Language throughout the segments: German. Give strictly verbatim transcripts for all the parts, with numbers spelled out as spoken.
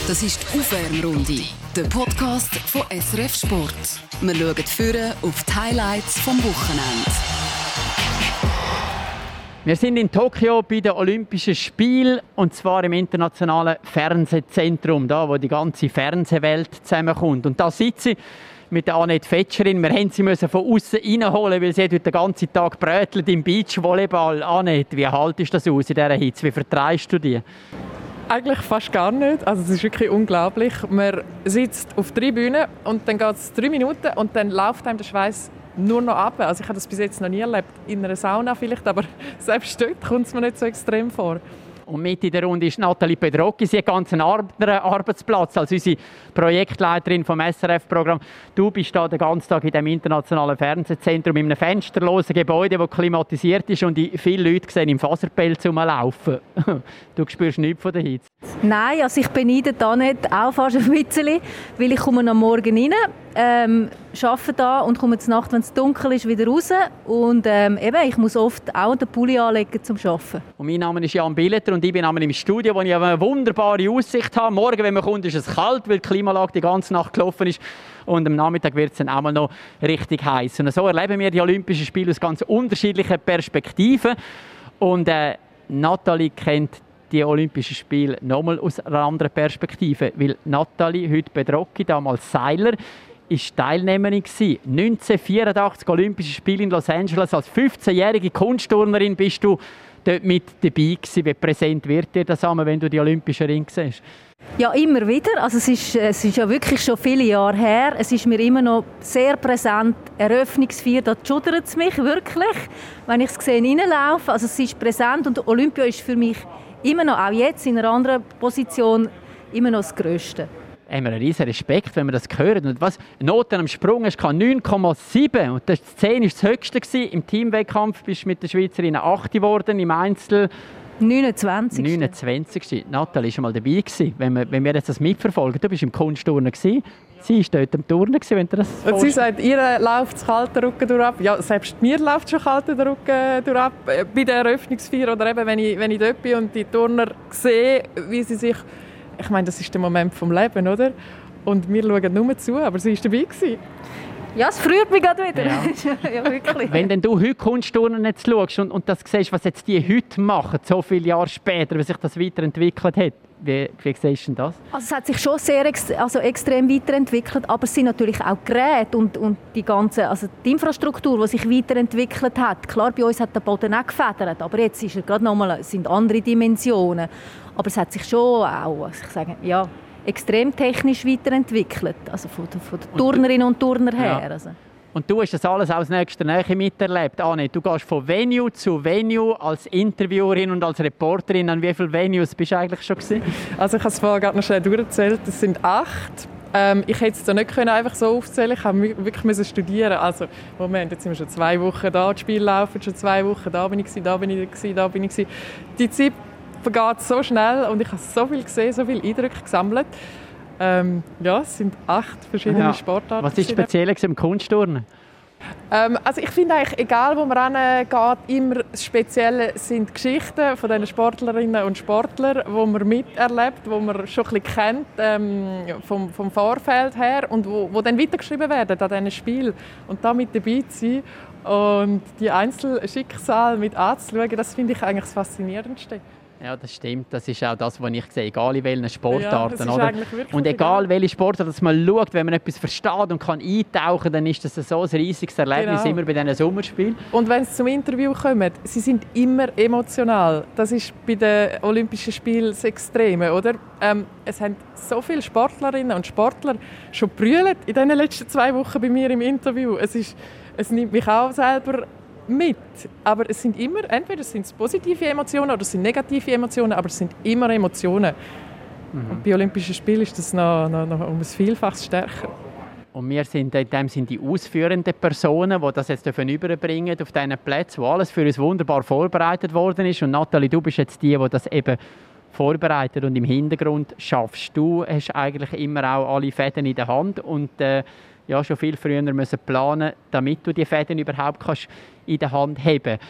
Das ist die Aufwärmrunde, der Podcast von S R F Sport. Wir schauen vorne auf die Highlights vom Wochenende. Wir sind in Tokio bei den Olympischen Spielen, und zwar im internationalen Fernsehzentrum, da wo die ganze Fernsehwelt zusammenkommt. Und da sitze ich mit der Annette Fetscherin. Wir mussten sie müssen von außen reinholen, weil sie heute den ganzen Tag brötelt im Beachvolleyball. Annette, wie haltest du das aus in dieser Hitze? Wie vertreibst du die? Eigentlich fast gar nicht. Also es ist wirklich unglaublich. Man sitzt auf der Tribüne und dann geht es drei Minuten und dann läuft einem der Schweiß nur noch ab. Also ich habe das bis jetzt noch nie erlebt. In einer Sauna vielleicht, aber selbst dort kommt es mir nicht so extrem vor. Und mit in der Runde ist Nathalie Pedrocchi. Sie hat ganz einen anderen Arbeitsplatz als unsere Projektleiterin vom S R F-Programm. Du bist da den ganzen Tag in diesem internationalen Fernsehzentrum in einem fensterlosen Gebäude, das klimatisiert ist und viele Leute sehen im Faserpelz rumlaufen. Du spürst nichts von der Hitze? Nein, also ich beneide da nicht, auch fast ein bisschen, weil ich komme am Morgen rein, ähm, arbeite da und komme zur Nacht, wenn es dunkel ist, wieder raus. Und ähm, eben, ich muss oft auch den Pulli anlegen zum Arbeiten. Und mein Name ist Jan Billeter und ich bin im Studio, wo ich eine wunderbare Aussicht habe. Morgen, wenn man kommt, ist es kalt, weil die Klimaanlage die ganze Nacht gelaufen ist. Und am Nachmittag wird es dann auch mal noch richtig heiß. Und so erleben wir die Olympischen Spiele aus ganz unterschiedlichen Perspektiven. Und äh, Nathalie kennt die Olympischen Spiele nochmal aus einer anderen Perspektive. Weil Nathalie, heute Pedrocchi, damals Seiler, ist Teilnehmerin gewesen. neunzehnhundertvierundachtzig Olympische Spiele in Los Angeles. Als fünfzehnjährige Kunstturnerin bist du dort mit dabei gewesen. Wie präsent wird dir das einmal, wenn du die Olympischen Ringe siehst? Ja, immer wieder. Also es ist, es ist ja wirklich schon viele Jahre her. Es ist mir immer noch sehr präsent. Eröffnungsfeier, da schudert es mich wirklich, wenn ich es sehe, reinlaufe. Also es ist präsent und Olympia ist für mich immer noch, auch jetzt in einer anderen Position, immer noch das Grösste. Haben wir einen riesen Respekt, wenn wir das hören. Und was? Noten am Sprung hast du neun Komma sieben. Und das zehn war das Höchste gewesen. Im Teamwettkampf bist du mit der Schweizerinnen acht geworden, im Einzel neunundzwanzig. neunundzwanzig. Nathalie war schon mal dabei gewesen, wenn wir, wenn wir jetzt das mitverfolgen. Du bist im Kunstturnen gewesen. Sie war dort am Turnen gewesen, wenn du das und sie sagt, ihr läuft das kalte Rücken durch. Ja, selbst mir läuft schon kalte Rücken durch bei der Eröffnungsfeier oder eben, wenn ich, wenn ich dort bin und die Turner sehe, wie sie sich... Ich meine, das ist der Moment vom Leben, oder? Und wir schauen nur zu, aber sie war dabei gewesen. Ja, es freut mich gerade wieder. Ja. Ja, wirklich. Wenn denn du heute Kunstturnen jetzt schaust und, und das siehst, was jetzt die heute machen, so viele Jahre später, wie sich das weiterentwickelt hat, wie, wie siehst du das? Also es hat sich schon sehr ex- also extrem weiterentwickelt, aber es sind natürlich auch Geräte und, und die ganze, also die Infrastruktur, die sich weiterentwickelt hat. Klar, bei uns hat der Boden auch gefedert, aber jetzt ist er gerade nochmal, sind andere Dimensionen. Aber es hat sich schon auch, ich sage, ja, extrem technisch weiterentwickelt, also von, von den Turnerinnen und Turner her. Ja. Also. Und du hast das alles aus nächster Nähe miterlebt, Annette. Du gehst von Venue zu Venue als Interviewerin und als Reporterin. An wie viele Venues bist du eigentlich schon gewesen? Also ich habe es vorher gerade noch schnell durchgezählt. Es sind acht. Ähm, ich hätte es da nicht können, einfach so aufzählen. Ich musste wirklich studieren. Also Moment, jetzt sind wir schon zwei Wochen da. Die Spiele laufen schon zwei Wochen. Da bin ich gewesen, da bin ich gewesen, da bin ich gewesen. Die Zeit vergeht so schnell und ich habe so viel gesehen, so viele Eindrücke gesammelt. Ähm, ja, es sind acht verschiedene ja. Sportarten. Was ist speziell im Kunstturnen? Ähm, also ich finde eigentlich, egal wo man hingeht, immer das Spezielle sind die Geschichten von den Sportlerinnen und Sportlern, die man miterlebt, die man schon ein bisschen kennt ähm, vom, vom Vorfeld her und wo, wo dann weitergeschrieben werden an diesen Spielen. Und da mit dabei zu sein und die Einzelschicksale mit anzuschauen, das finde ich eigentlich das Faszinierendste. Ja, das stimmt. Das ist auch das, was ich sehe. Egal in welchen Sportarten. Ja, oder? Und egal, egal welche Sportart, dass man schaut, wenn man etwas versteht und kann eintauchen, dann ist das so ein riesiges Erlebnis, genau. Immer bei diesen Sommerspielen. Und wenn sie zum Interview kommen, sie sind immer emotional. Das ist bei den Olympischen Spielen das Extreme, oder? Ähm, es haben so viele Sportlerinnen und Sportler schon gebrüllt in den letzten zwei Wochen bei mir im Interview. Es, ist, es nimmt mich auch selber mit. Aber es sind immer, entweder sind es positive Emotionen oder es sind negative Emotionen, aber es sind immer Emotionen. Mhm. Und bei Olympischen Spielen ist das noch, noch, noch um ein Vielfaches stärker. Und wir sind in dem sind die ausführenden Personen, die das jetzt überbringen auf diesen Plätzen, wo alles für uns wunderbar vorbereitet worden ist. Und Nathalie, du bist jetzt die, die das eben vorbereitet und im Hintergrund schaffst. Du hast eigentlich immer auch alle Fäden in der Hand und äh, ja, schon viel früher müssen planen, damit du die Fäden überhaupt kannst in der Hand haben.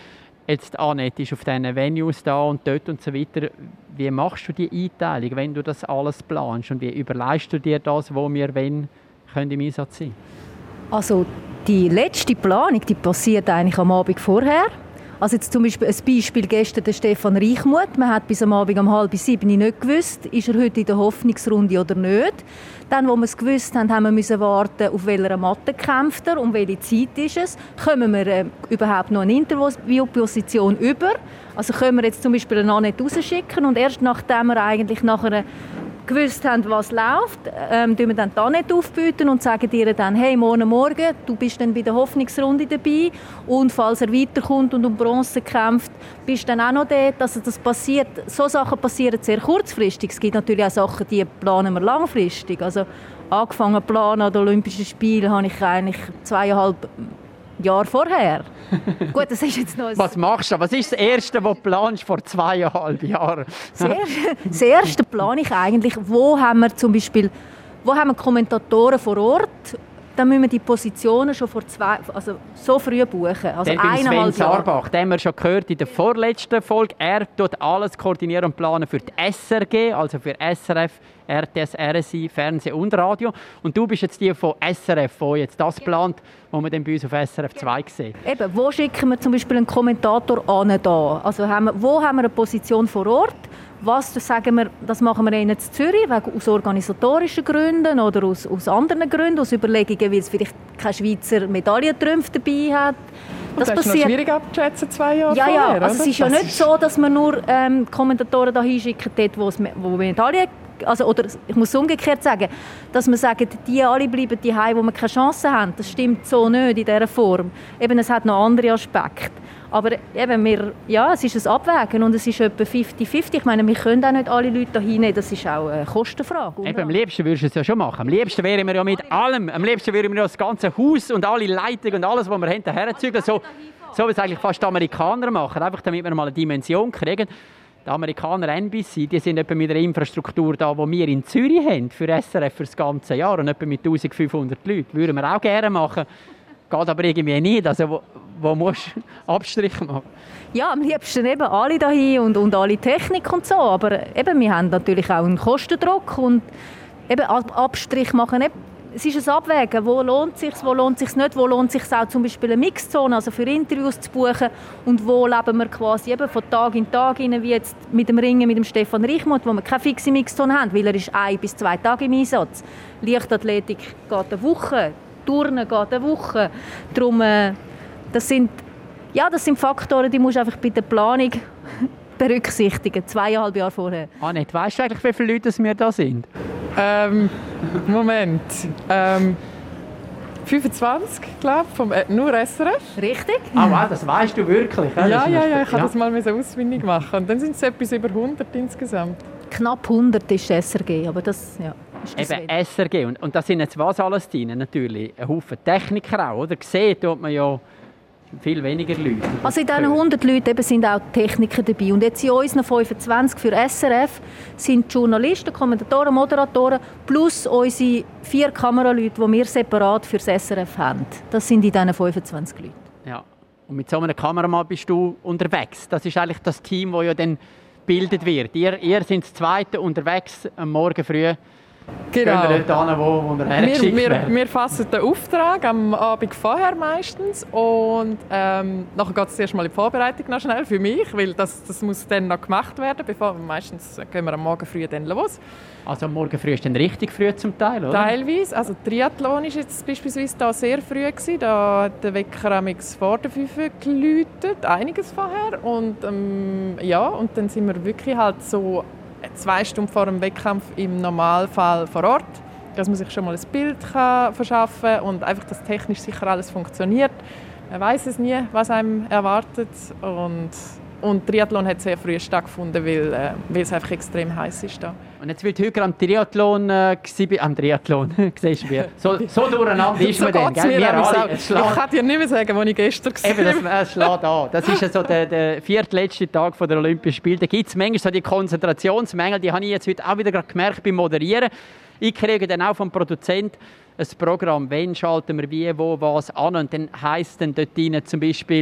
Jetzt Annette ist auf diesen Venues da und dort und so weiter. Wie machst du die Einteilung, wenn du das alles planst? Und wie überleist du dir das, wo wir wenn können im Einsatz sein? Also die letzte Planung, die passiert eigentlich am Abend vorher. Also jetzt zum Beispiel ein Beispiel gestern der Stefan Reichmuth. Man hat bis am Abend um halb sieben nicht gewusst, ist er heute in der Hoffnungsrunde oder nicht. Dann, wo wir es gewusst haben, haben wir müssen warten, auf welcher Matte kämpft er, um welche Zeit ist es. Können wir äh, überhaupt noch eine Interviewposition über? Also können wir jetzt zum Beispiel eine Annette rausschicken und erst nachdem wir eigentlich nachher gewusst haben, was läuft, ähm, tun wir dann die Annette aufbieten und sagen ihr dann, hey, morgen Morgen, du bist dann bei der Hoffnungsrunde dabei und falls er weiterkommt und um Bronze kämpft, bist du dann auch noch dort. Also das passiert, so Sachen passieren sehr kurzfristig. Es gibt natürlich auch Sachen, die planen wir langfristig. Also angefangen zu planen an den Olympischen Spielen habe ich eigentlich zweieinhalb Jahre vorher. Gut, das ist jetzt noch ein... Was machst du? Was ist das Erste, was du planst vor zweieinhalb Jahren? Das erste, das erste plane ich eigentlich, wo haben wir zum Beispiel, wo haben wir Kommentatoren vor Ort, dann müssen wir die Positionen schon vor zwei, also so früh buchen. Also Sven Sarbach, den haben wir schon gehört in der vorletzten Folge. Er tut alles koordinieren und planen für die S R G, also für S R F, R T S, R S I, Fernsehen und Radio. Und du bist jetzt die von S R F, die jetzt das plant, was man dann bei uns auf S R F zwei sieht. Eben, wo schicken wir zum Beispiel einen Kommentator an da? Also haben wir, wo haben wir eine Position vor Ort? Was das sagen wir, das machen wir in Zürich wegen, aus organisatorischen Gründen oder aus, aus anderen Gründen, aus Überlegungen, weil es vielleicht keine Schweizer Medaillentrümpfe dabei hat. Das, das ist noch schwierig abzuschätzen, zwei Jahre ja, vorher, ja, also es ist ja das nicht so, dass man nur ähm, Kommentatoren da hinschicken, dort, wo, es, wo Medaillen, also, oder ich muss es umgekehrt sagen, dass man sagt, die alle bleiben die Hause, wo wir keine Chance haben. Das stimmt so nicht in dieser Form. Eben, es hat noch andere Aspekte. Aber eben, wir, ja, es ist ein Abwägen und es ist etwa fünfzig fünfzig. Ich meine, wir können auch nicht alle Leute da hinnehmen. Das ist auch eine Kostenfrage. Eben, am liebsten würdest du es ja schon machen. Am liebsten wären wir ja mit allem. Am liebsten würden wir ja das ganze Haus und alle Leitungen und alles, was wir haben, herzügeln. So, so wie es eigentlich fast die Amerikaner machen. Einfach damit wir mal eine Dimension kriegen. Die Amerikaner N B C, die sind etwa mit der Infrastruktur da, die wir in Zürich haben, für S R F für das ganze Jahr und etwa mit eintausendfünfhundert Leuten. Würden wir auch gerne machen. Geht aber irgendwie nicht. Also, wo, wo musst du Abstriche machen? Ja, am liebsten eben alle dahin und, und alle Technik und so. Aber eben, wir haben natürlich auch einen Kostendruck und eben Abstrich machen. Es ist ein Abwägen, wo lohnt es sich, wo lohnt es sich nicht, wo lohnt es sich auch zum Beispiel eine Mixzone, also für Interviews zu buchen und wo leben wir quasi eben von Tag in Tag rein, wie jetzt mit dem Ringen mit dem Stefan Reichmuth, wo wir keine fixe Mixzone haben, weil er ist ein bis zwei Tage im Einsatz. Leichtathletik geht eine Woche, Turnen geht eine Woche. Darum, äh, das sind, ja, das sind Faktoren, die musst du einfach bei der Planung berücksichtigen, zweieinhalb Jahre vorher. Annette, weißt du eigentlich, wie viele Leute wir da sind? Ähm, Moment. Ähm, fünfundzwanzig, glaube ich, äh, nur S R F. Richtig? Ah, wow, das weißt du wirklich? Ja, ja, ja, ja, ich ja. habe das mal ausfindig machen. Und dann sind es etwas über hundert insgesamt. Knapp hundert ist S R G, aber das, ja, ist das Eben S R G. Und, und da sind jetzt was alles drin? Natürlich ein Haufen Techniker auch, oder? Gesehen tut man ja viel weniger Leute. Also in diesen hundert Leuten eben sind auch Techniker dabei. Und jetzt in unseren fünfundzwanzig für S R F sind Journalisten, Kommentatoren, Moderatoren plus unsere vier Kameraleute, die wir separat für das S R F haben. Das sind in diesen fünfundzwanzig Leute. Ja. Und mit so einem Kameramann bist du unterwegs. Das ist eigentlich das Team, das ja dann gebildet wird. Ihr, ihr seid das Zweite unterwegs am Morgen früh. Genau. Gehen wir dort hin, wo, wo wir hergeschickt wir, wir, wir fassen den Auftrag am Abend vorher meistens und ähm, nachher geht es erst mal in die Vorbereitung noch schnell für mich, weil das, das muss dann noch gemacht werden, bevor meistens gehen wir am Morgen früh dann los. Also am Morgen früh ist dann richtig früh zum Teil, oder? Teilweise. Also Triathlon war jetzt beispielsweise da sehr früh gewesen. Da hat der Wecker amigs vor der fünf Uhr geläutet, einiges vorher und ähm, ja, und dann sind wir wirklich halt so zwei Stunden vor dem Wettkampf im Normalfall vor Ort, dass man sich schon mal ein Bild kann verschaffen kann und einfach, dass technisch sicher alles funktioniert. Man weiß es nie, was einem erwartet und, und Triathlon hat sehr früh stattgefunden, weil, äh, weil es einfach extrem heiß ist da. Und jetzt wird heute am Triathlon, äh, am Triathlon, siehst du, so, so durcheinander ist so man dann, gell? Wir alle, ich kann dir nicht mehr sagen, wo ich gestern war. Eben, das, es schlägt an. Das ist ja so der, der viertletzte Tag der Olympischen Spiele. Da gibt es manchmal so die Konzentrationsmängel, die habe ich jetzt heute auch wieder gemerkt beim Moderieren. Ich kriege dann auch vom Produzenten ein Programm, wann schalten wir wie, wo, was an. Und dann heisst dann dort rein, zum Beispiel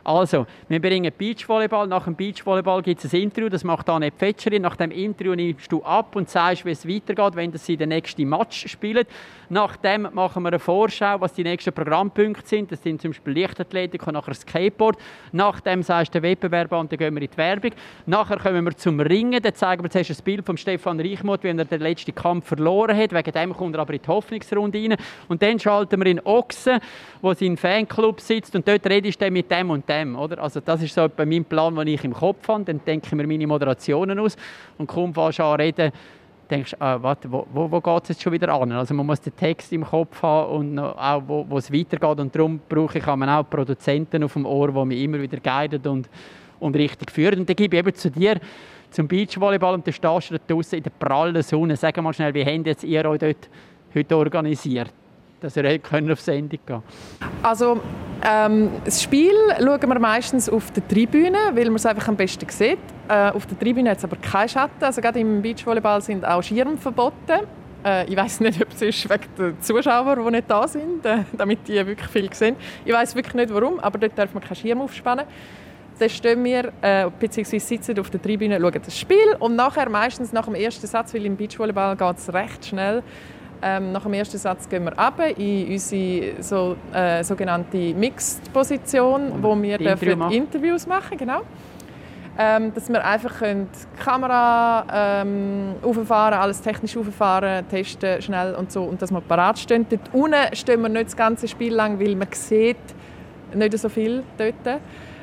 Also, wir bringen Beachvolleyball. Nach dem Beachvolleyball gibt es ein Interview, das macht Annette Fetscherin. Nach dem Interview nimmst du ab und sagst, wie es weitergeht, wenn sie den nächsten Match spielen. Nachdem machen wir eine Vorschau, was die nächsten Programmpunkte sind. Das sind zum Beispiel Leichtathletik und nachher Skateboard. Nachdem sagst du den Wettbewerb an, dann gehen wir in die Werbung. Nachher kommen wir zum Ringen. Dann zeigen wir zuerst ein Bild von Stefan Reichmuth, wie er den letzten Kampf verloren hat. Wegen dem kommt er aber in die Hoffnungsrunde rein. Und dann schalten wir in Ochsen, wo sein Fanclub sitzt, und dort redest du mit dem und dem. Oder? Also das ist so mein Plan, den ich im Kopf habe. Dann denke ich mir meine Moderationen aus und kaum fast an reden, denkst du, ah, warte, wo, wo, wo geht es jetzt schon wieder an? Also man muss den Text im Kopf haben und auch, wo, wo es weitergeht. Und darum brauche ich auch Produzenten auf dem Ohr, die mich immer wieder guiden und, und richtig führen. Und dann gebe ich eben zu dir zum Beachvolleyball, und dann stehst du dort draussen in der prallen Sonne. Sag mal schnell, wie habt jetzt ihr euch dort heute organisiert, dass ihr auf Sendung gehen? Also ähm, das Spiel schauen wir meistens auf der Tribüne, weil man es einfach am besten sieht. Äh, auf der Tribüne hat es aber keinen Schatten. Also gerade im Beachvolleyball sind auch Schirme verboten. Äh, ich weiss nicht, ob es ist wegen der Zuschauer, die nicht da sind, äh, damit die wirklich viel sehen. Ich weiss wirklich nicht, warum, aber dort darf man keinen Schirm aufspannen. Dann stehen wir, äh, beziehungsweise sitzen auf der Tribüne, schauen das Spiel, und nachher, meistens nach dem ersten Satz, weil im Beachvolleyball geht es recht schnell, ähm, nach dem ersten Satz gehen wir runter in unsere so, äh, sogenannte Mixed-Position, wo wir dürfen Interview Interviews machen, genau. Ähm, dass wir einfach die Kamera ähm, auffahren, alles technisch auffahren, testen schnell und so, und dass wir parat stehen. Dort unten stehen wir nicht das ganze Spiel lang, weil man sieht nicht so viel dort.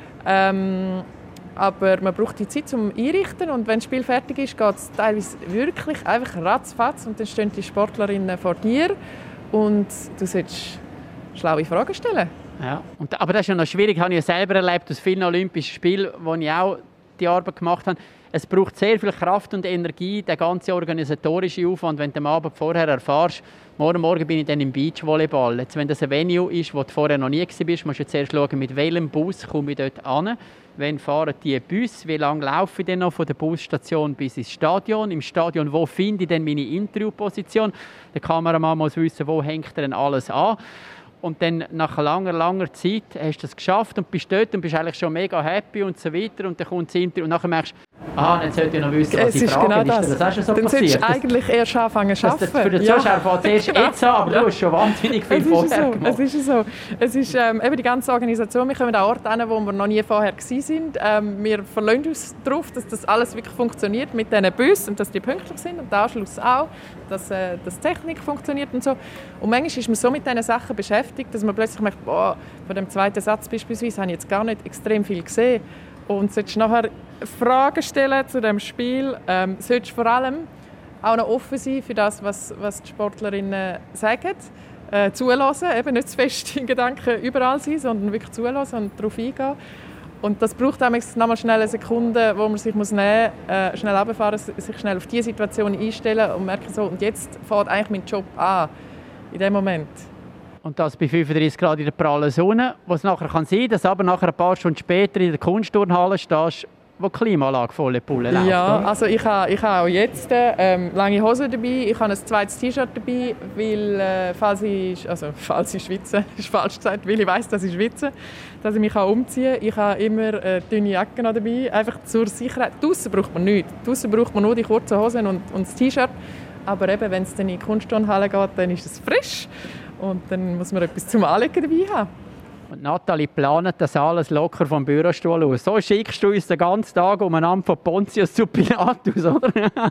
Ähm, aber man braucht die Zeit zum Einrichten, und wenn das Spiel fertig ist, geht es teilweise wirklich einfach ratzfatz, und dann stehen die Sportlerinnen vor dir und du sollst schlaue Fragen stellen. Ja, und, aber das ist ja noch schwierig, das habe ich ja selber erlebt aus vielen Olympischen Spielen, wo ich auch die Arbeit gemacht habe. Es braucht sehr viel Kraft und Energie, der ganze organisatorische Aufwand, wenn du am Abend vorher erfährst, morgen Morgen bin ich dann im Beachvolleyball. Jetzt, wenn das ein Venue ist, wo du vorher noch nie warst, musst du zuerst schauen, mit welchem Bus komme ich dort an. Wann fahren die Busse? Wie lange laufe ich denn noch von der Busstation bis ins Stadion? Im Stadion, wo finde ich denn meine Interviewposition? Der Kameramann muss wissen, wo hängt er denn alles an. Und dann nach langer, langer Zeit hast du es geschafft und bist dort und bist eigentlich schon mega happy und so weiter. Und dann kommt das Interview und nachher merkst du, ah, dann sollte ich noch wissen, was es ich frage. Genau das. Ist das auch schon so dann passiert? Dann solltest du eigentlich erst anfangen zu arbeiten. Für den Zuschauer fängt es erst jetzt an, aber du hast schon wahnsinnig viel vorher so. gemacht. Es ist so. Es ist ähm, eben die ganze Organisation. Wir kommen an Orte hin, wo wir noch nie vorher waren. Ähm, wir verlassen uns darauf, dass das alles wirklich funktioniert mit diesen Bussen und dass die pünktlich sind und der Anschluss auch, dass, äh, dass die Technik funktioniert und so. Und manchmal ist man so mit diesen Sachen beschäftigt, dass man plötzlich merkt, boah, von dem zweiten Satz beispielsweise habe ich jetzt gar nicht extrem viel gesehen. Und solltest nachher Fragen stellen zu dem Spiel. Ähm, solltest vor allem auch noch offen sein für das, was, was die Sportlerinnen sagen. Äh, zulassen, eben nicht zu fest in Gedanken überall sein, sondern wirklich zulassen und darauf eingehen. Und das braucht nochmal schnell eine Sekunde, wo man sich muss nehmen muss, äh, schnell runterfahren, sich schnell auf diese Situation einstellen und merken, so, und jetzt fängt eigentlich mein Job an, in dem Moment. Und das bei fünfunddreißig Grad in der prallen Sonne, wo es nachher kann sein, dass aber nachher ein paar Stunden später in der Kunstturnhalle stehst, wo die Klimaanlage volle Pulle läuft. Ja, also ich habe, ich habe auch jetzt ähm, lange Hosen dabei, ich habe ein zweites T-Shirt dabei, weil äh, falls ich, also falls ich schwitze, ist falsch gesagt, weil ich weiss, dass ich schwitze, dass ich mich umziehen kann. Ich habe immer äh, dünne Jacke noch dabei, einfach zur Sicherheit. Draussen braucht man nichts. Draussen braucht man nur die kurzen Hosen und, und das T-Shirt. Aber eben, wenn es dann in die Kunstturnhalle geht, dann ist es frisch. Und dann muss man etwas zum Anlegen dabei haben. Und Nathalie plant das alles locker vom Bürostuhl aus. So schickst du uns den ganzen Tag umeinander von Pontius zu Pilatus, oder?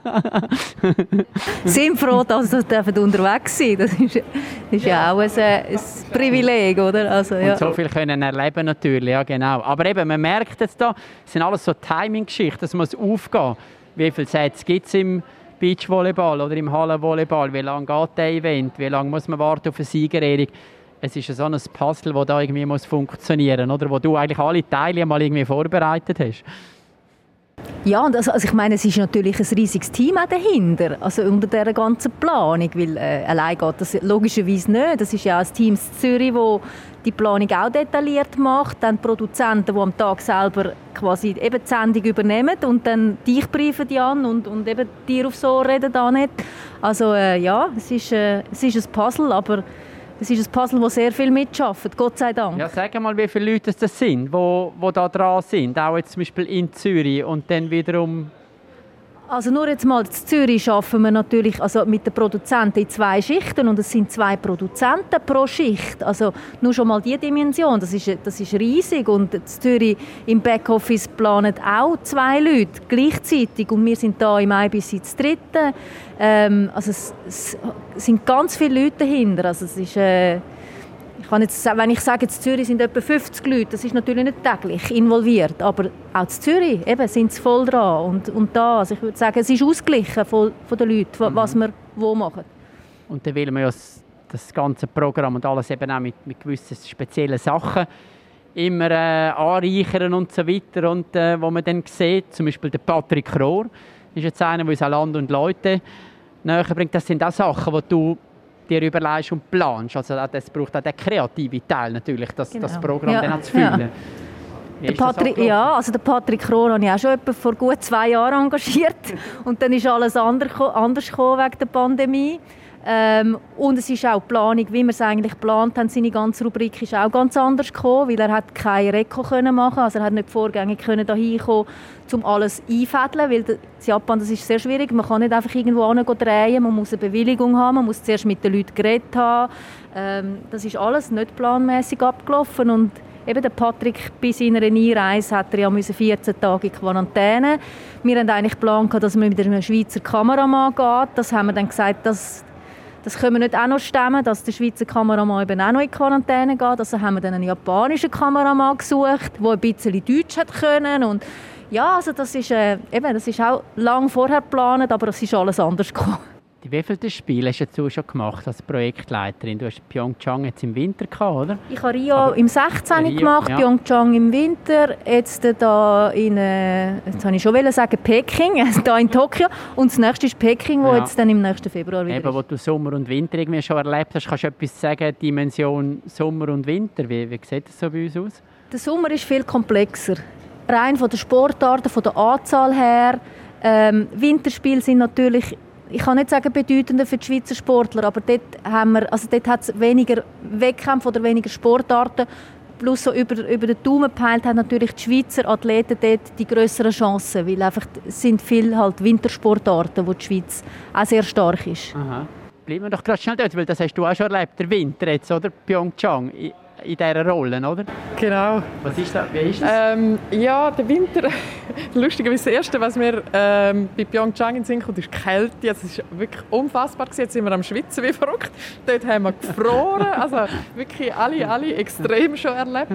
Sind froh, dass wir unterwegs sind. Das ist, ist ja auch ein, ein Privileg, oder? Also, ja. Und so viel können erleben natürlich, ja genau. Aber eben, man merkt jetzt da, es sind alles so Timing-Geschichten, das muss aufgehen. Wie viele Sätze gibt es im Beachvolleyball oder im Hallenvolleyball? Wie lange geht der Event? Wie lange muss man warten auf eine Siegerehrung? Es ist so ein Puzzle, das da irgendwie muss funktionieren muss, oder? Wo du eigentlich alle Teile mal irgendwie vorbereitet hast. Ja, und also, also ich meine, es ist natürlich ein riesiges Team auch dahinter, also unter dieser ganzen Planung, weil äh, allein geht das logischerweise nicht. Das ist ja auch ein Team in Zürich, das die Planung auch detailliert macht, dann die Produzenten, die am Tag selber quasi eben die Sendung übernehmen und dann dich briefen die an und, und eben dir aufs Ohr reden da nicht. Also äh, ja, es ist, äh, es ist ein Puzzle, aber es ist ein Puzzle, das sehr viel mitarbeitet, Gott sei Dank. Ja, sag mal, wie viele Leute das sind, die, die da dran sind, auch jetzt zum Beispiel in Zürich und dann wiederum... Also nur jetzt mal in Zürich arbeiten wir natürlich also mit den Produzenten in zwei Schichten und es sind zwei Produzenten pro Schicht. Also nur schon mal diese Dimension, das ist, das ist riesig und in Zürich im Backoffice planen auch zwei Leute gleichzeitig und wir sind da im I B C das dritte. Ähm, also es, es sind ganz viele Leute dahinter. Also es ist, äh, ich kann jetzt, wenn ich sage, in Zürich sind etwa fünfzig Leute, das ist natürlich nicht täglich involviert, aber auch in Zürich eben, sind sie voll dran. Und, und da, also ich würde sagen, es ist ausgeglichen von, von den Leuten, mhm. was wir wo machen. Und dann will man ja das, das ganze Programm und alles eben auch mit, mit gewissen speziellen Sachen immer äh, anreichern und so weiter. Und äh, wo man dann sieht, zum Beispiel der Patrick Rohr, ist jetzt einer, der uns auch Land und Leute näher bringt. Das sind auch Sachen, die du dir überlegst und planst. Also das braucht auch den kreativen Teil natürlich, das, genau. das Programm ja. dann auch zu füllen. Ja. Der Patrick, ja, also der Patrick Rohr habe ich auch schon etwa vor gut zwei Jahren engagiert und dann ist alles anders gekommen wegen der Pandemie. Ähm, und es ist auch die Planung, wie wir es eigentlich geplant haben. Seine ganze Rubrik ist auch ganz anders gekommen, weil er hat keine Reko können machen, also er hat nicht vorgängig können dahin kommen, um alles einfädeln, weil in Japan das ist sehr schwierig. Man kann nicht einfach irgendwo hin drehen, man muss eine Bewilligung haben, man muss zuerst mit den Leuten geredet haben. Ähm, das ist alles nicht planmäßig abgelaufen und eben der Patrick bei seiner Einreise hat er ja vierzehn Tage in Quarantäne. Wir haben eigentlich geplant, dass man mit einem Schweizer Kameramann geht. Das haben wir dann gesagt, dass Das können wir nicht auch noch stemmen, dass der Schweizer Kameramann eben auch noch in Quarantäne geht. Also haben wir dann einen japanischen Kameramann gesucht, der ein bisschen Deutsch hat können. Und ja, also das ist, äh, eben, das ist auch lange vorher geplant, aber es ist alles anders gekommen. Die wievielte Spiele hast du schon gemacht als Projektleiterin? Du hast Pyeongchang jetzt im Winter gehabt, oder? Ich habe Rio aber im sechzehn Rio, gemacht, ja. Pyeongchang im Winter, jetzt da in, äh, jetzt habe ich schon sagen, Peking, da in Tokio. Und das nächste ist Peking, wo ja. jetzt dann im nächsten Februar wieder Eben, ist. Wo du Sommer und Winter irgendwie schon erlebt hast, kannst du etwas sagen, Dimension Sommer und Winter, wie, wie sieht das so bei uns aus? Der Sommer ist viel komplexer. Rein von der Sportarten, von der Anzahl her. Ähm, Winterspiele sind natürlich, ich kann nicht sagen bedeutender für die Schweizer Sportler, aber dort, haben wir, also dort hat es weniger Wettkämpfe oder weniger Sportarten. Plus so über, über den Daumen gepeilt haben natürlich die Schweizer Athleten dort die grösseren Chancen, weil einfach es sind viele halt Wintersportarten, wo die Schweiz auch sehr stark ist. Aha. Bleiben wir doch gerade schnell dort, weil das hast du auch schon erlebt, der Winter jetzt, oder? Pyeongchang. In dieser Rolle, oder? Genau. Was ist das? Wie ist das? Ähm, ja, der Winter, lustigerweise das Erste, was mir ähm, bei Pyeongchang in den Sinn kommt, ist die Kälte. Also, es war wirklich unfassbar. Jetzt sind wir am Schwitzen wie verrückt. Dort haben wir gefroren. Also wirklich alle, alle extrem schon erlebt.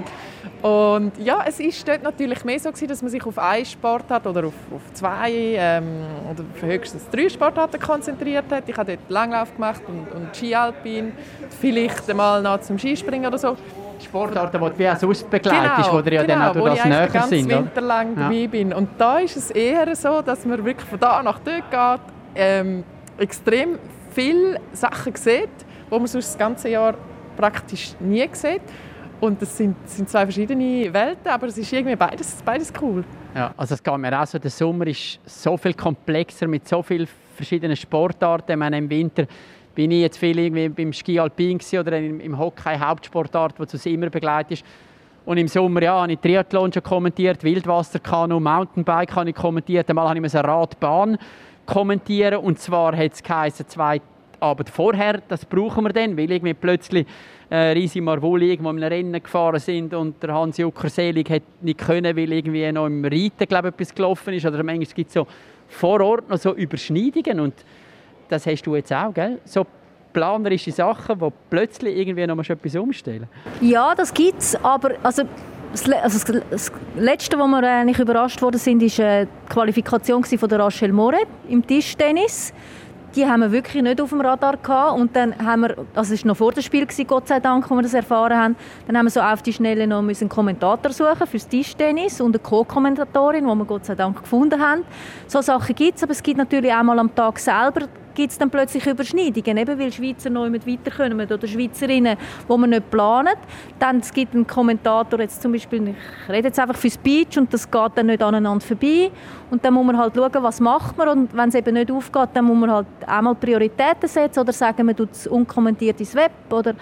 Und ja, es war dort natürlich mehr so, dass man sich auf eine Sportart oder auf, auf zwei ähm, oder höchstens drei Sportarten konzentriert hat. Ich habe dort Langlauf gemacht und, und Ski-Alpin. Vielleicht einmal noch zum Skispringen oder so. Sportarten, die du wie auch sonst begleitest, genau, wo dir ja genau, dann auch durch das näher sind. Wo ich den ganzen Winter lang dabei ja. bin. Und da ist es eher so, dass man wirklich von da nach dort geht, ähm, extrem viele Sachen sieht, die man sonst das ganze Jahr praktisch nie sieht. Und das sind, sind zwei verschiedene Welten, aber es ist irgendwie beides, beides cool. Ja, also es geht mir auch so, der Sommer ist so viel komplexer mit so vielen verschiedenen Sportarten. Ich meine, im Winter bin ich jetzt viel irgendwie beim Ski Alpin oder im, im Hockey Hauptsportart, wo du es immer begleitest. Und im Sommer ja, habe ich Triathlon schon kommentiert, Wildwasserkanu, Mountainbike habe ich kommentiert. Einmal habe ich eine Radbahn kommentieren und zwar hat es geheißen, zwei Abend vorher, das brauchen wir dann, weil irgendwie plötzlich äh, Risi Marvoli irgendwo in einem Rennen gefahren sind und der Hans-Jucker Selig hat nicht können, weil irgendwie noch im Reiten glaube ich, etwas gelaufen ist. Oder manchmal gibt es so vor Ort noch so Überschneidungen und das hast du jetzt auch, gell? So planerische Sachen, wo plötzlich irgendwie noch mal etwas umstellen. Ja, das gibt es, aber also das, also das Letzte, wo wir eigentlich überrascht worden sind, ist äh, die Qualifikation von der Rachel Moret im Tischtennis. Die haben wir wirklich nicht auf dem Radar gehabt. Und dann haben wir, also es war noch vor dem Spiel, Gott sei Dank, wo wir das erfahren haben, dann haben wir so auf die Schnelle noch einen Kommentator suchen für das Tischtennis und eine Co-Kommentatorin, die wir Gott sei Dank gefunden haben. So Sachen gibt es, aber es gibt natürlich auch mal am Tag selber gibt es dann plötzlich Überschneidungen, eben weil Schweizer noch nicht weiterkommen oder Schweizerinnen, die man nicht planen. Dann es gibt einen Kommentator, jetzt zum Beispiel, ich rede jetzt einfach für Speech und das geht dann nicht aneinander vorbei. Und dann muss man halt schauen, was macht man und wenn es eben nicht aufgeht, dann muss man halt einmal Prioritäten setzen oder sagen, man tut es unkommentiert ins Web oder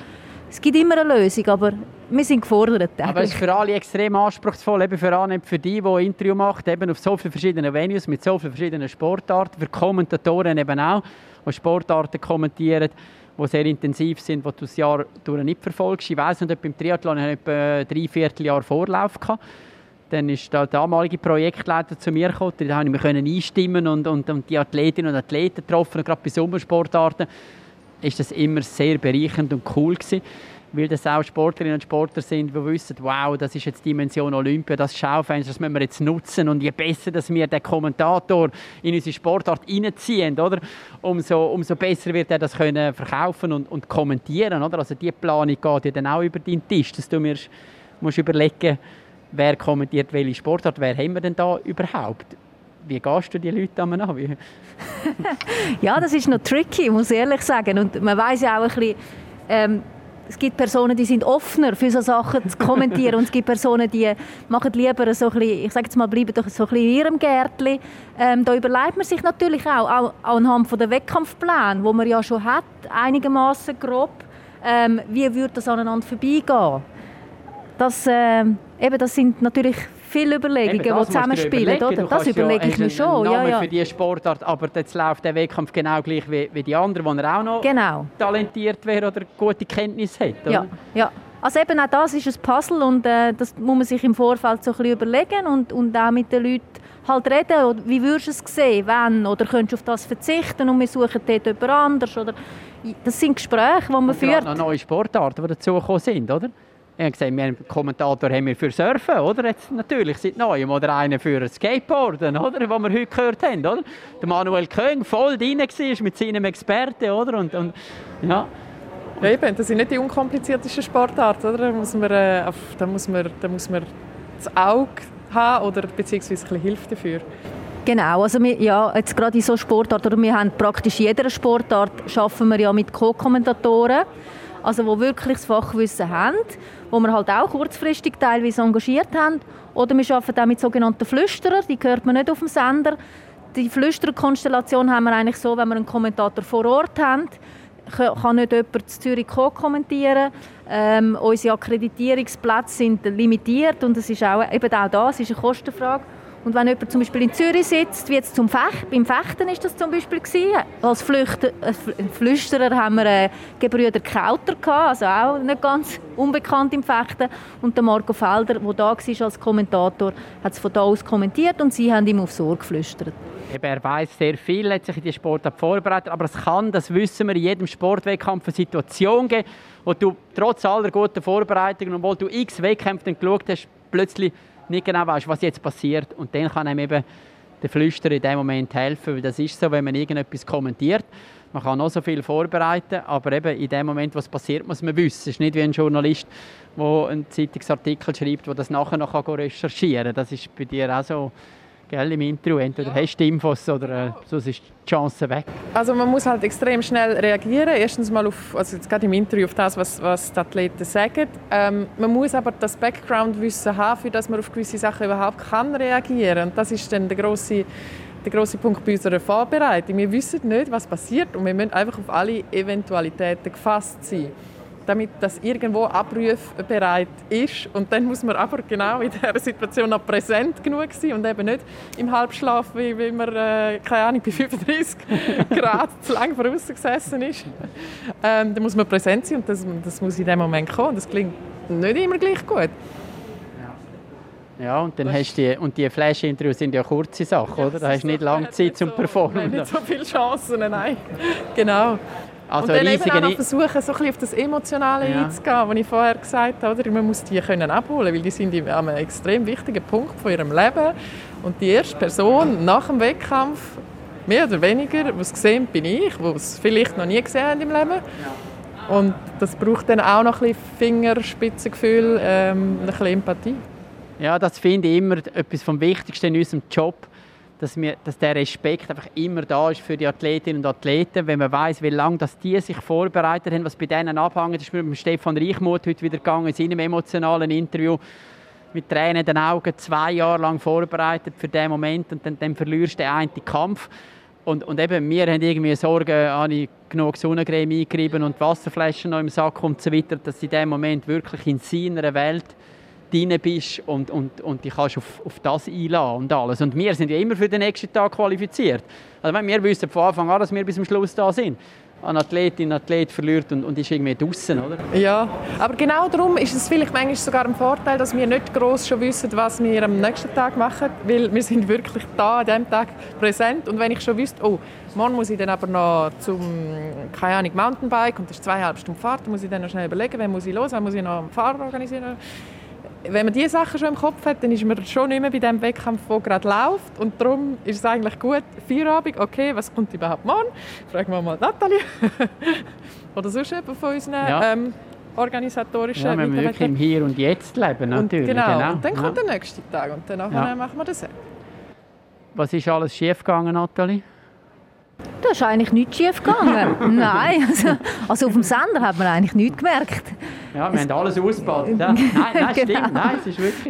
es gibt immer eine Lösung, aber wir sind gefordert. Aber es ist für alle extrem anspruchsvoll, eben für alle, für die, die ein Interview machen, eben auf so vielen verschiedenen Venues, mit so vielen verschiedenen Sportarten, für Kommentatoren eben auch, die Sportarten kommentieren, die sehr intensiv sind, die du das Jahr durch nicht verfolgst. Ich weiss nicht, beim Triathlon hatte ich etwa drei Vierteljahr Vorlauf gehabt. Dann ist der damalige Projektleiter zu mir gekommen, da konnte ich mich einstimmen und, und, und die Athletinnen und Athleten getroffen. Und gerade bei Sommersportarten ist das immer sehr bereichernd und cool gewesen, weil das auch Sportlerinnen und Sportler sind, die wissen, wow, das ist jetzt die Dimension Olympia, das Schaufenster, das müssen wir jetzt nutzen. Und je besser, dass wir den Kommentator in unsere Sportart reinziehen, oder, umso, umso besser wird er das können verkaufen und, und kommentieren. Oder? Also die Planung geht ja dann auch über deinen Tisch, dass du mir musst überlegen, wer kommentiert welche Sportart, wer haben wir denn da überhaupt? Wie gehst du die Leute an? Ja, das ist noch tricky, muss ich ehrlich sagen. Und man weiss ja auch ein bisschen, ähm, es gibt Personen, die sind offener für solche Sachen zu kommentieren und es gibt Personen, die machen lieber so ein bisschen, ich sage jetzt mal, bleiben doch so ein bisschen in ihrem Gärtchen. Ähm, da überlegt man sich natürlich auch, auch, auch anhand von der Wettkampfpläne, wo man ja schon hat, einigermaßen grob, ähm, wie würde das aneinander vorbeigehen. Das, äh, eben, das sind natürlich viele Überlegungen, eben, die zusammenspielen. Oder? Das überlege ja, ich mir schon. Namen ja, ja. für diese Sportart, aber jetzt läuft der Wettkampf genau gleich wie, wie die anderen, wo er auch noch genau. talentiert wäre oder gute Kenntnisse hat. Oder? Ja, ja. Also eben auch das ist ein Puzzle und äh, das muss man sich im Vorfeld so ein bisschen überlegen und, und auch mit den Leuten halt reden. Oder wie würdest du es sehen, wenn? Oder könntest du auf das verzichten und wir suchen dort jemand anders? Oder, das sind Gespräche, die man und führt. Noch neue Sportarten, die dazugekommen sind, oder? Ich habe gesagt, wir haben einen Kommentator haben wir für Surfen, oder? Jetzt natürlich seit Neuem. Oder einen für Skateboarden, oder? Was wir heute gehört haben, oder? Der Manuel Köng voll drin war mit seinem Experten, oder? Und, und, ja. Ja, eben, das sind nicht die unkompliziertesten Sportarten, oder? Da muss man, äh, auf, da muss man, da muss man das Auge haben oder beziehungsweise ein bisschen Hilfe dafür. Genau, also wir, ja, jetzt gerade in so Sportarten, oder wir haben praktisch in jeder Sportart arbeiten wir ja mit Co-Kommentatoren, also die wirklich das Fachwissen haben, wo wir halt auch kurzfristig teilweise engagiert haben. Oder wir arbeiten auch mit sogenannten Flüsterern, die hört man nicht auf dem Sender. Die Flüstererkonstellation haben wir eigentlich so, wenn wir einen Kommentator vor Ort haben, kann nicht jemand in Zürich kommentieren. Ähm, unsere Akkreditierungsplätze sind limitiert und es ist auch, eben auch das ist eine Kostenfrage. Und wenn jemand zum Beispiel in Zürich sitzt, wie jetzt zum Fech, beim Fechten ist das zum Beispiel gewesen. Als Flüchter, äh, Flüsterer haben wir äh, Gebrüder Kauter gehabt, also auch nicht ganz unbekannt im Fechten. Und der Marco Felder, der da war als Kommentator, hat es von da aus kommentiert und sie haben ihm aufs Ohr geflüstert. Eben, er weiss sehr viel, hat sich in die Sportart vorbereitet, aber es kann, das wissen wir, in jedem Sportwettkampf eine Situation geben, wo du trotz aller guten Vorbereitungen, obwohl du x Wettkämpfe geschaut hast, plötzlich nicht genau weißt, was jetzt passiert. Und dann kann einem eben der Flüsterer in dem Moment helfen, weil das ist so, wenn man irgendetwas kommentiert. Man kann noch so viel vorbereiten, aber eben in dem Moment, was passiert, muss man wissen. Es ist nicht wie ein Journalist, der einen Zeitungsartikel schreibt, der das nachher noch recherchieren kann. Das ist bei dir auch so. Gell, im Interview. Entweder hast du Infos oder äh, sonst ist die Chance weg. Also man muss halt extrem schnell reagieren. Erstens mal auf, also jetzt gerade im Interview auf das, was, was die Athleten sagen. Ähm, man muss aber das Background-Wissen haben, für das man auf gewisse Sachen überhaupt kann reagieren. Und das ist dann der grosse, der grosse Punkt bei unserer Vorbereitung. Wir wissen nicht, was passiert und wir müssen einfach auf alle Eventualitäten gefasst sein, damit das irgendwo abrufbereit ist. Und dann muss man aber genau in dieser Situation noch präsent genug sein und eben nicht im Halbschlaf, wie, wie man, äh, keine Ahnung, bei fünfunddreissig Grad zu lange voraus gesessen ist. Ähm, da muss man präsent sein und das, das muss in dem Moment kommen. Das klingt nicht immer gleich gut. Ja, und dann hast die, und die Flash-Interviews sind ja kurze Sachen, oder? Da hast du nicht lange Zeit zum Performen. Nicht so viele Chancen, nein. Genau. Also und dann eben auch noch versuchen, so ein bisschen auf das Emotionale ja. einzugehen, was ich vorher gesagt habe. Oder? Man muss die können abholen, weil die sind an einem extrem wichtigen Punkt von ihrem Leben. Und die erste Person nach dem Wettkampf, mehr oder weniger, die es gesehen bin ich, die es vielleicht noch nie gesehen haben im Leben. Ja. Und das braucht dann auch noch ein bisschen Fingerspitzengefühl, ähm, ein bisschen Empathie. Ja, das finde ich immer etwas vom Wichtigsten in unserem Job. Dass, wir, dass der Respekt einfach immer da ist für die Athletinnen und Athleten, wenn man weiss, wie lange dass die sich vorbereitet haben, was bei denen abhängt. Das ist mit Stefan Reichmuth heute wieder gegangen in seinem emotionalen Interview. Mit Tränen in den Augen, zwei Jahre lang vorbereitet für diesen Moment und dann, dann verlierst du den einen Kampf. Und, und eben, wir haben irgendwie Sorgen, habe ich genug Sonnencreme eingerieben und Wasserflaschen noch im Sack und so weiter, dass du in dem Moment wirklich in seiner Welt drin bist und, und, und dich kannst auf, auf das einlassen und alles. Und wir sind ja immer für den nächsten Tag qualifiziert. Also wir wissen von Anfang an, dass wir bis zum Schluss da sind. Ein Athletin, ein Athlet verliert und, und ist irgendwie draussen, oder? Ja, aber genau darum ist es vielleicht manchmal sogar ein Vorteil, dass wir nicht gross schon wissen, was wir am nächsten Tag machen, weil wir sind wirklich da an diesem Tag präsent. Und wenn ich schon wüsste, oh, morgen muss ich dann aber noch zum, keine Ahnung, Mountainbike und das ist zweieinhalb Stunden Fahrt, dann muss ich dann noch schnell überlegen, wann muss ich los, wann muss ich noch einen Fahrer organisieren. Wenn man diese Sachen schon im Kopf hat, dann ist man schon nicht mehr bei dem Wettkampf, der gerade läuft. Und darum ist es eigentlich gut, Feierabend, okay, was kommt überhaupt morgen? Fragen wir mal Nathalie. Oder sonst jemand von unseren ja. ähm, organisatorischen ja, wir müssen wirklich im Hier und Jetzt leben, natürlich. Und genau. genau, und dann kommt ja. der nächste Tag und dann ja. machen wir das. Was ist alles schief gegangen, Nathalie? Da ist eigentlich nichts schief gegangen. Nein, also, also auf dem Sender hat man eigentlich nichts gemerkt. Ja, wir haben alles ausgebadet. Ja. Nein, nein, stimmt. Genau. Nein, es ist wirklich,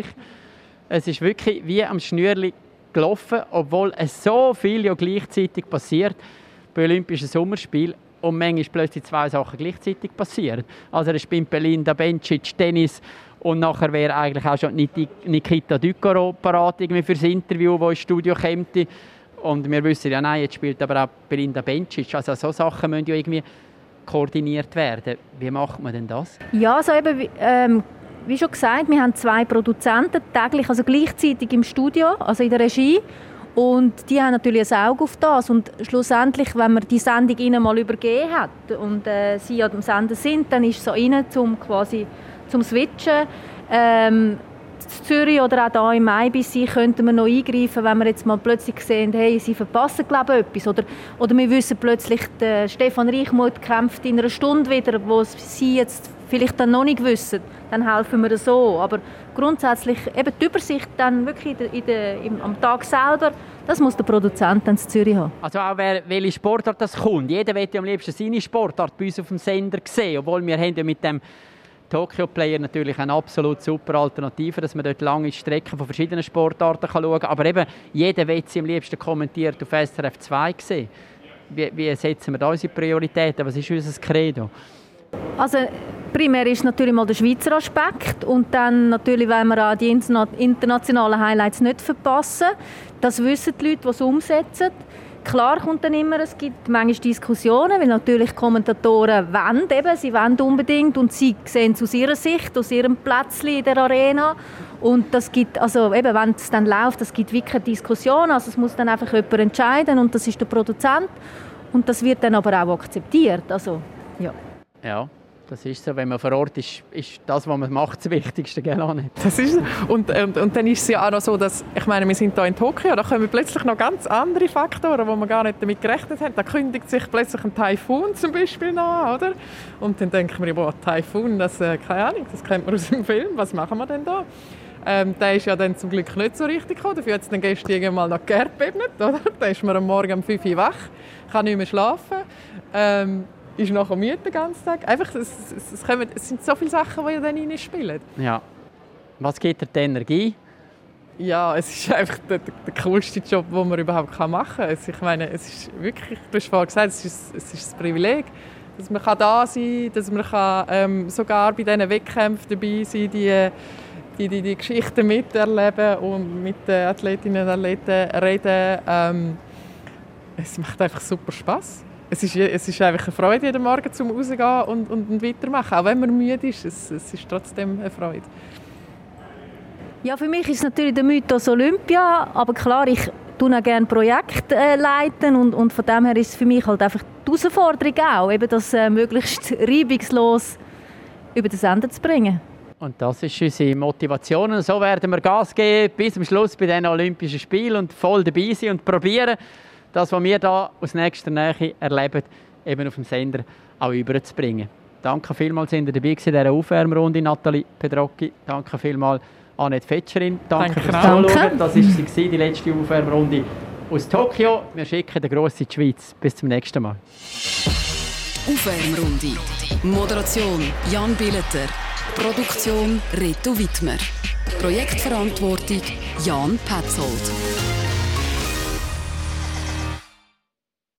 es ist wirklich wie am Schnürli gelaufen, obwohl es so viel ja gleichzeitig passiert bei Olympischen Sommerspielen und manchmal plötzlich zwei Sachen gleichzeitig passieren. Also es spielt Belinda Bencic Tennis und nachher wäre eigentlich auch schon Nikita Ducaro parat für das Interview, das ins Studio kommt. Und wir wissen ja, nein, jetzt spielt aber auch Belinda Bencic. Also so Sachen müssen ja irgendwie koordiniert werden. Wie macht man denn das? Ja, also eben, ähm, wie schon gesagt, wir haben zwei Produzenten täglich, also gleichzeitig im Studio, also in der Regie. Und die haben natürlich ein Auge auf das. Und schlussendlich, wenn man die Sendung ihnen mal übergeben hat und äh, sie am Sender sind, dann ist es so ihnen zum quasi zum Switchen. Ähm, in Zürich oder auch hier im I B C könnten wir noch eingreifen, wenn wir jetzt mal plötzlich sehen, hey, sie verpassen glaube ich etwas. Oder, oder wir wissen plötzlich, der Stefan Reichmuth kämpft in einer Stunde wieder, wo sie jetzt vielleicht dann noch nicht wissen. Dann helfen wir so. Aber grundsätzlich eben die Übersicht dann wirklich in der, in der, im, am Tag selber, das muss der Produzent dann in Zürich haben. Also auch wer, welche Sportart das kommt. Jeder will ja am liebsten seine Sportart bei uns auf dem Sender sehen. Obwohl wir haben ja mit dem Tokyo Player natürlich eine absolut super Alternative, dass man dort lange Strecken von verschiedenen Sportarten schauen kann. Aber eben, jeder will sie am liebsten kommentiert auf S R F zwei sehen. Wie, wie setzen wir da unsere Prioritäten? Was ist unser Credo? Also primär ist natürlich mal der Schweizer Aspekt und dann natürlich, wenn wir auch die internationalen Highlights nicht verpassen. Das wissen die Leute, die es umsetzen. Klar kommt dann immer, es gibt manchmal Diskussionen, weil natürlich Kommentatoren wollen, eben, sie wollen unbedingt und sie sehen es aus ihrer Sicht, aus ihrem Plätzchen in der Arena. Und das gibt, also eben, wenn es dann läuft, das gibt wirklich eine Diskussion, also es muss dann einfach jemand entscheiden und das ist der Produzent und das wird dann aber auch akzeptiert, also ja. Ja, das ist so, wenn man vor Ort ist, ist das, was man macht, das Wichtigste, gell, Anne? Das ist und, und, und dann ist es ja auch noch so, dass, ich meine, wir sind hier in Tokio, da kommen plötzlich noch ganz andere Faktoren, wo wir gar nicht damit gerechnet haben. Da kündigt sich plötzlich ein Taifun zum Beispiel noch, oder? Und dann denken wir, boah, Taifun, das, äh, keine Ahnung, das kennt man aus dem Film, was machen wir denn da? Ähm, der ist ja dann zum Glück nicht so richtig gekommen, dafür hat es dann gestern irgendwann mal noch geerbebnet, oder? Da ist man am Morgen um fünf Uhr wach, kann nicht mehr schlafen. Ähm, ist nachher müde den ganzen Tag. Einfach, es, es, es, kommen, es sind so viele Sachen, die dann reinspielen. Ja. Was gibt dir die Energie? Ja, es ist einfach der, der coolste Job, den man überhaupt machen kann. Ich meine, es ist wirklich, du hast vorhin gesagt, es ist, es ist ein Privileg, dass man da sein kann, dass man kann, ähm, sogar bei diesen Wettkämpfen dabei sein kann, die, die, die Geschichten miterleben und mit den Athletinnen und Athleten reden. Ähm, es macht einfach super Spass. Es ist, es ist einfach eine Freude, jeden Morgen zum rausgehen und, und, und weitermachen. Auch wenn man müde ist, es, es ist trotzdem eine Freude. Ja, für mich ist es natürlich der Mythos Olympia, aber klar, ich tue auch gerne Projekte äh, leiten und, und von dem her ist es für mich halt einfach die Herausforderung auch, eben das äh, möglichst reibungslos über den Sender zu bringen. Und das ist unsere Motivation. Und so werden wir Gas geben bis zum Schluss bei den Olympischen Spielen und voll dabei sein und probieren, das, was wir hier aus nächster Nähe erleben, eben auf dem Sender auch überzubringen. Danke vielmals, dass ihr dabei gewesen in dieser Aufwärmrunde, Nathalie Pedrocchi. Danke vielmals, Annette Fetscherin. Danke, Danke fürs Zuschauen. Das war sie, die letzte Aufwärmrunde aus Tokio. Wir schicken den Grossen in die Schweiz. Bis zum nächsten Mal. Aufwärmrunde. Moderation Jan Billeter. Produktion Reto Wittmer. Projektverantwortung Jan Petzold.